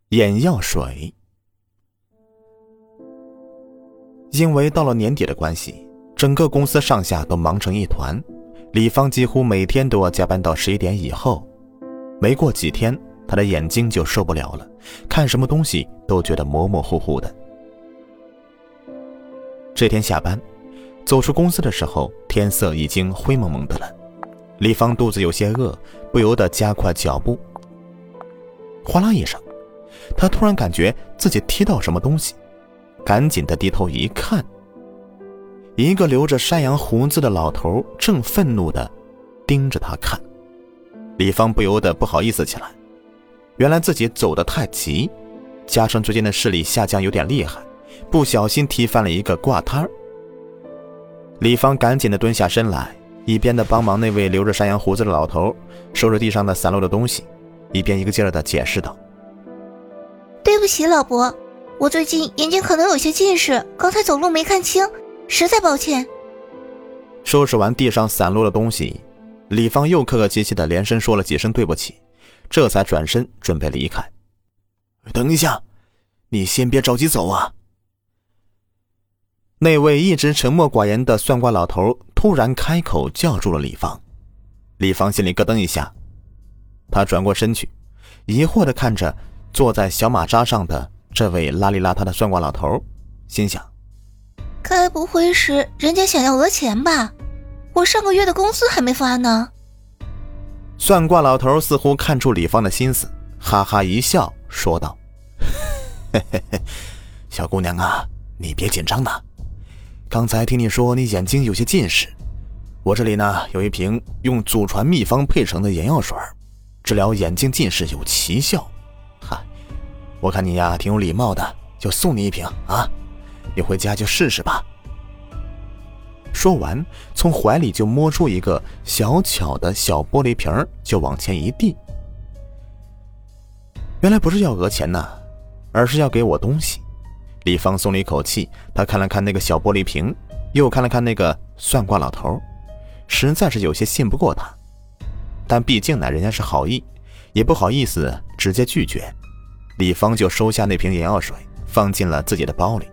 眼药水。因为到了年底的关系，整个公司上下都忙成一团，李芳几乎每天都要加班到11点以后。没过几天，她的眼睛就受不了了，看什么东西都觉得模模糊糊的。这天下班，走出公司的时候，天色已经灰蒙蒙的了。李芳肚子有些饿，不由得加快脚步。哗啦一声，她突然感觉自己踢到什么东西，赶紧的低头一看，一个留着山羊胡子的老头正愤怒地盯着她看。李芳不由得不好意思起来，原来自己走得太急，加上最近的视力下降有点厉害，不小心踢翻了一个挂摊儿。李芳赶紧地蹲下身来，一边的帮忙那位留着山羊胡子的老头收拾地上的散落的东西，一边一个劲儿地解释道： 对不起老伯，我最近眼睛可能有些近视，刚才走路没看清，实在抱歉。 收拾完地上散落的东西，李芳又客客气气地连声说了几声对不起，这才转身准备离开。等一下，你先别着急走啊。那位一直沉默寡言的算卦老头突然开口叫住了李芳。李芳心里咯噔一下，他转过身去，疑惑地看着坐在小马扎上的这位邋里邋遢的算卦老头，心想： 该不会是人家想要讹钱吧？我上个月的工资还没发呢。 算卦老头似乎看出李芳的心思，哈哈一笑说道：嘿嘿嘿，小姑娘啊，你别紧张呐。刚才听你说你眼睛有些近视，我这里呢有一瓶用祖传秘方配成的眼药水，治疗眼睛近视有奇效。嗨，我看你呀挺有礼貌的，就送你一瓶啊，你回家就试试吧。说完，从怀里就摸出一个小巧的小玻璃瓶，就往前一递。原来不是要讹钱呢，而是要给我东西。李芳松了一口气，他看了看那个小玻璃瓶，又看了看那个算卦老头，实在是有些信不过他。但毕竟呢，人家是好意，也不好意思直接拒绝。李芳就收下那瓶眼药水，放进了自己的包里。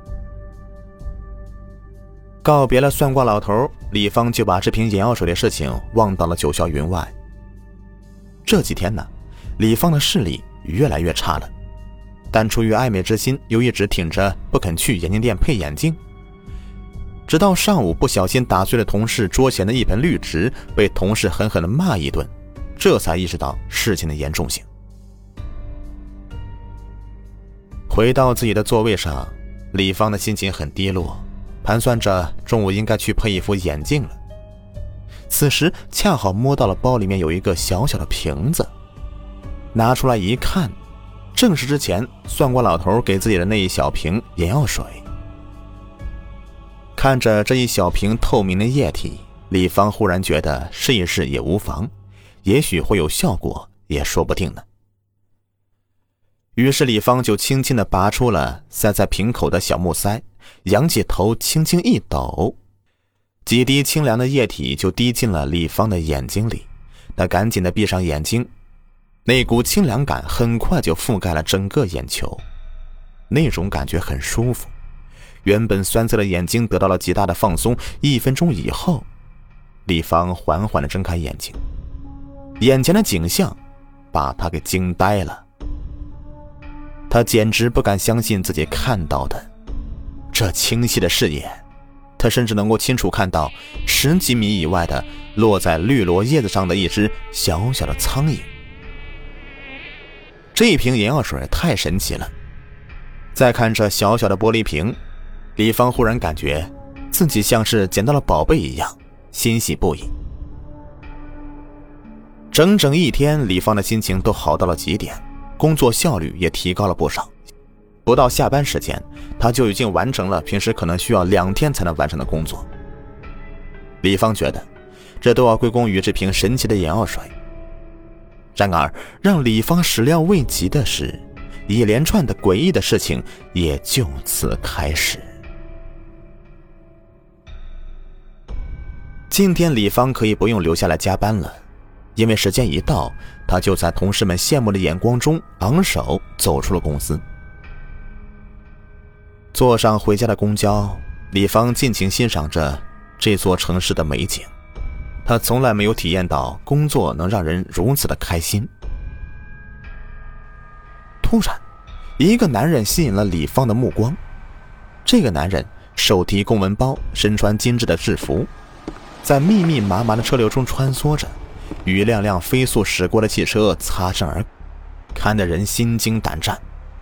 告别了算卦老头，李芳就把这瓶眼药水的事情忘到了九霄云外。这几天呢，李芳的视力越来越差了，但出于爱美之心，又一直挺着不肯去眼镜店配眼镜。直到上午不小心打碎了同事桌前的一盆绿植，被同事狠狠地骂一顿，这才意识到事情的严重性。回到自己的座位上，李芳的心情很低落，盘算着中午应该去配一副眼镜了。此时恰好摸到了包里面有一个小小的瓶子，拿出来一看，正是之前算卦老头给自己的那一小瓶眼药水。看着这一小瓶透明的液体，李芳忽然觉得试一试也无妨，也许会有效果也说不定呢。于是李芳就轻轻地拔出了塞在瓶口的小木塞，仰起头轻轻一抖，几滴清凉的液体就滴进了李芳的眼睛里。她赶紧地闭上眼睛，那股清凉感很快就覆盖了整个眼球，那种感觉很舒服，原本酸涩的眼睛得到了极大的放松。1分钟以后，李芳缓缓地睁开眼睛，眼前的景象把她给惊呆了。她简直不敢相信自己看到的，这清晰的视野，她甚至能够清楚看到10几米以外的落在绿萝叶子上的一只小小的苍蝇。这一瓶眼药水太神奇了。再看这小小的玻璃瓶，李芳忽然感觉自己像是捡到了宝贝一样，欣喜不已。整整1天，李芳的心情都好到了极点，工作效率也提高了不少。不到下班时间，她就已经完成了平时可能需要2天才能完成的工作。李芳觉得这都要归功于这瓶神奇的眼药水。然而让李芳始料未及的是，一连串的诡异的事情也就此开始。今天李芳可以不用留下来加班了， 因为时间一到，他就在同事们羡慕的眼光中昂首走出了公司。坐上回家的公交，李芳尽情欣赏着这座城市的美景。他从来没有体验到工作能让人如此的开心。突然，一个男人吸引了李芳的目光。这个男人手提公文包，身穿精致的制服，在密密麻麻的车流中穿梭着，与一辆辆飞速驶过的汽车擦身而过，看得人心惊胆战。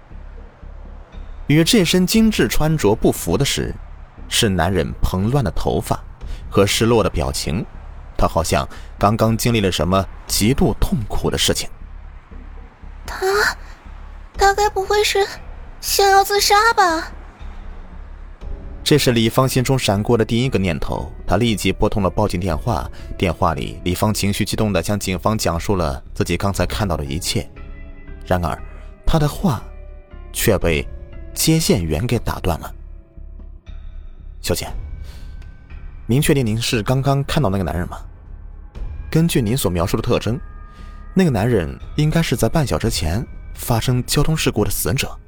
与这身精致穿着不符的是男人蓬乱的头发和失落的表情，他好像刚刚经历了什么极度痛苦的事情。 他大概不会是想要自杀吧？ 这是李芳心中闪过的第一个念头，她立即拨通了报警电话。电话里，李芳情绪激动地向警方讲述了自己刚才看到的一切。然而，她的话却被接线员给打断了。小姐，您确定您是刚刚看到那个男人吗？根据您所描述的特征，那个男人应该是在半小时前发生交通事故的死者。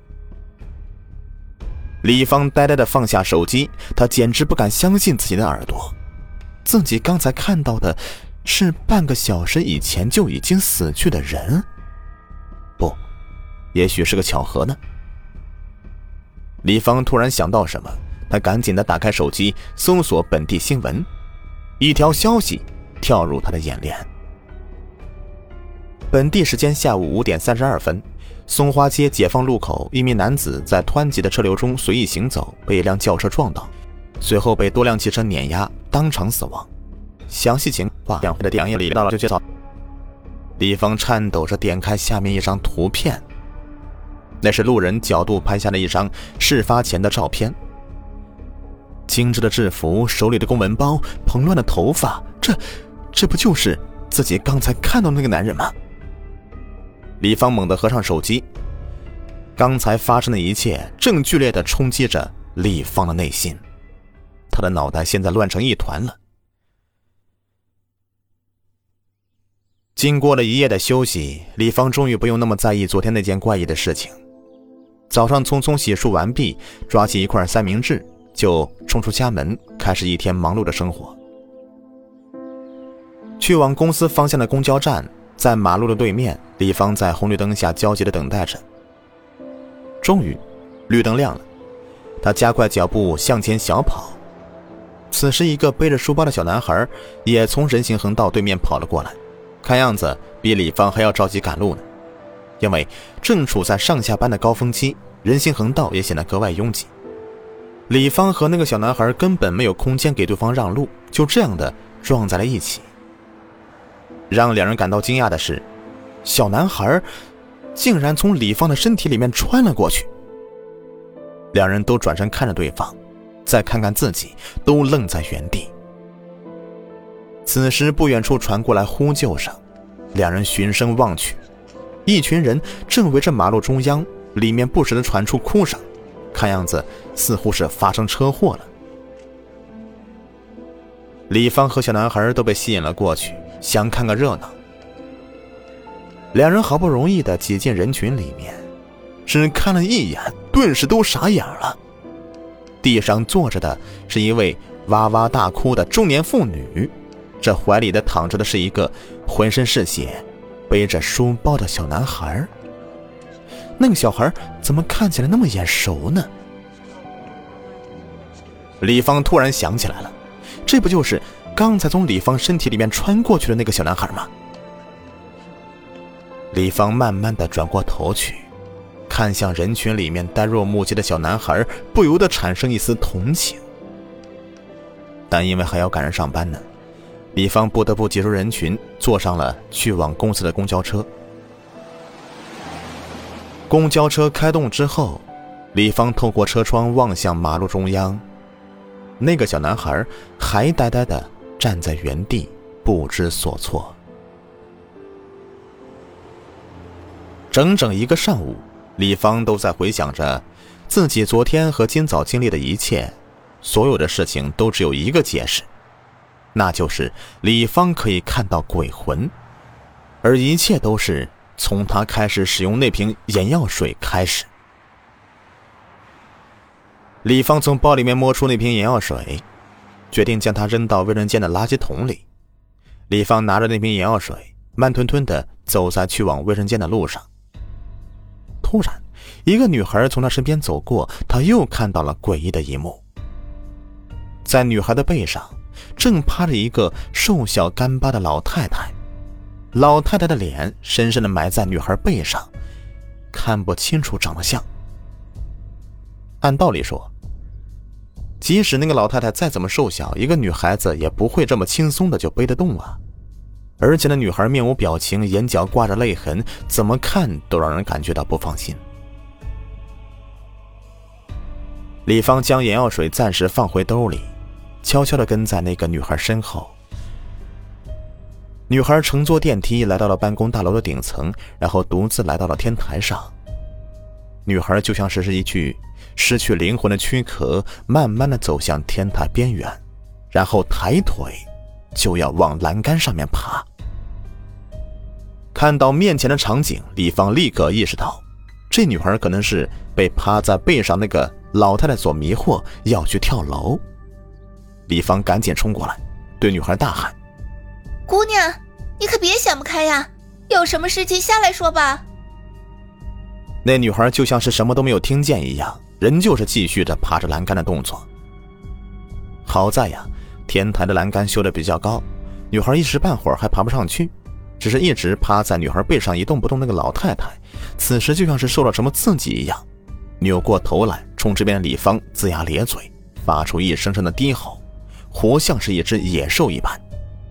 李芳呆呆地放下手机，她简直不敢相信自己的耳朵，自己刚才看到的是半个小时以前就已经死去的人？不，也许是个巧合呢。李芳突然想到什么，她赶紧地打开手机搜索本地新闻，一条消息跳入她的眼帘。本地时间下午5点32分，松花街解放路口，一名男子在湍急的车流中随意行走，被一辆轿车撞倒，随后被多辆汽车碾压，当场死亡。详细情况两会的电影里到了就介绍。李芳颤抖着点开下面一张图片，那是路人角度拍下的一张事发前的照片。精致的制服，手里的公文包，蓬乱的头发，这不就是自己刚才看到那个男人吗？李芳猛地合上手机，刚才发生的一切正剧烈地冲击着李芳的内心，她的脑袋现在乱成一团了。经过了一夜的休息，李芳终于不用那么在意昨天那件怪异的事情。早上匆匆洗漱完毕，抓起一块三明治就冲出家门，开始一天忙碌的生活。去往公司方向的公交站在马路的对面，李芳在红绿灯下焦急地等待着。终于绿灯亮了，她加快脚步向前小跑。此时一个背着书包的小男孩也从人行横道对面跑了过来，看样子比李芳还要着急赶路呢。因为正处在上下班的高峰期，人行横道也显得格外拥挤。李芳和那个小男孩根本没有空间给对方让路，就这样的撞在了一起。让两人感到惊讶的是，小男孩竟然从李芳的身体里面穿了过去。两人都转身看着对方，再看看自己，都愣在原地。此时不远处传过来呼救声，两人循声望去，一群人正围着马路中央，里面不时地传出哭声，看样子似乎是发生车祸了。李芳和小男孩都被吸引了过去，想看个热闹。两人好不容易地挤进人群里面，只看了一眼，顿时都傻眼了。地上坐着的是一位哇哇大哭的中年妇女，这怀里的躺着的是一个浑身是血背着书包的小男孩。那个小孩怎么看起来那么眼熟呢？李芳突然想起来了，这不就是刚才从李芳身体里面穿过去的那个小男孩吗？李芳慢慢地转过头去，看向人群里面呆若木鸡的小男孩，不由得产生一丝同情。但因为还要赶着上班呢，李芳不得不挤入人群，坐上了去往公司的公交车。公交车开动之后，李芳透过车窗望向马路中央，那个小男孩还呆呆地站在原地，不知所措。整整一个上午，李芳都在回想着自己昨天和今早经历的一切，所有的事情都只有一个解释，那就是李芳可以看到鬼魂， 而一切都是从他开始使用那瓶眼药水开始。李芳从包里面摸出那瓶眼药水，决定将它扔到卫生间的垃圾桶里。李芳拿着那瓶眼药水，慢吞吞地走在去往卫生间的路上。突然，一个女孩从他身边走过，他又看到了诡异的一幕。在女孩的背上，正趴着一个瘦小干巴的老太太。老太太的脸深深地埋在女孩背上，看不清楚长得像。按道理说，即使那个老太太再怎么瘦小，一个女孩子也不会这么轻松的就背得动啊。而且那女孩面无表情，眼角挂着泪痕，怎么看都让人感觉到不放心。李芳将眼药水暂时放回兜里，悄悄地跟在那个女孩身后。女孩乘坐电梯来到了办公大楼的顶层，然后独自来到了天台上。女孩就像是一具失去灵魂的躯壳，慢慢地走向天台边缘，然后抬腿就要往栏杆上面爬。看到面前的场景，李芳立刻意识到，这女孩可能是被趴在背上那个老太太所迷惑，要去跳楼。李芳赶紧冲过来，对女孩大喊： 姑娘，你可别想不开呀，有什么事情下来说吧。 那女孩就像是什么都没有听见一样，仍旧是继续着爬着栏杆的动作。好在呀，天台的栏杆修得比较高，女孩一时半会儿还爬不上去，只是一直趴在女孩背上一动不动。那个老太太此时就像是受了什么刺激一样，扭过头来冲这边的李芳龇牙咧嘴，发出一声声的低吼，活像是一只野兽一般。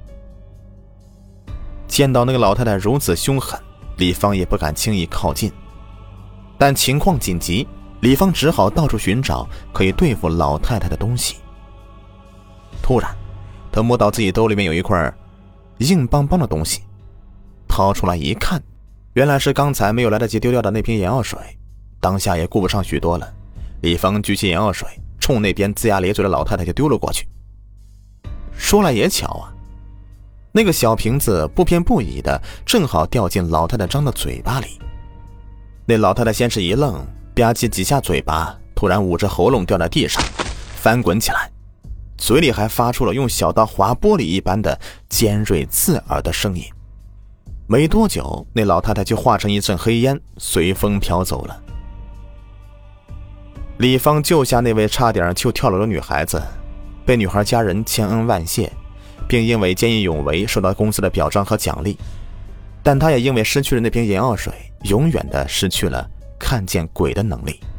见到那个老太太如此凶狠，李芳也不敢轻易靠近，但情况紧急，李芳只好到处寻找可以对付老太太的东西。突然，他摸到自己兜里面有一块硬邦邦的东西，掏出来一看，原来是刚才没有来得及丢掉的那瓶眼药水。当下也顾不上许多了，李芳举起眼药水，冲那边龇牙咧嘴的老太太就丢了过去。说来也巧啊，那个小瓶子不偏不倚的正好掉进老太太张的嘴巴里。那老太太先是一愣，吧唧几下嘴巴，突然捂着喉咙掉在地上，翻滚起来，嘴里还发出了用小刀划玻璃一般的尖锐刺耳的声音。没多久，那老太太就化成一阵黑烟，随风飘走了。李芳救下那位差点就跳楼的女孩子，被女孩家人千恩万谢，并因为见义勇为受到公司的表彰和奖励。但她也因为失去了那瓶眼药水，永远的失去了看见鬼的能力。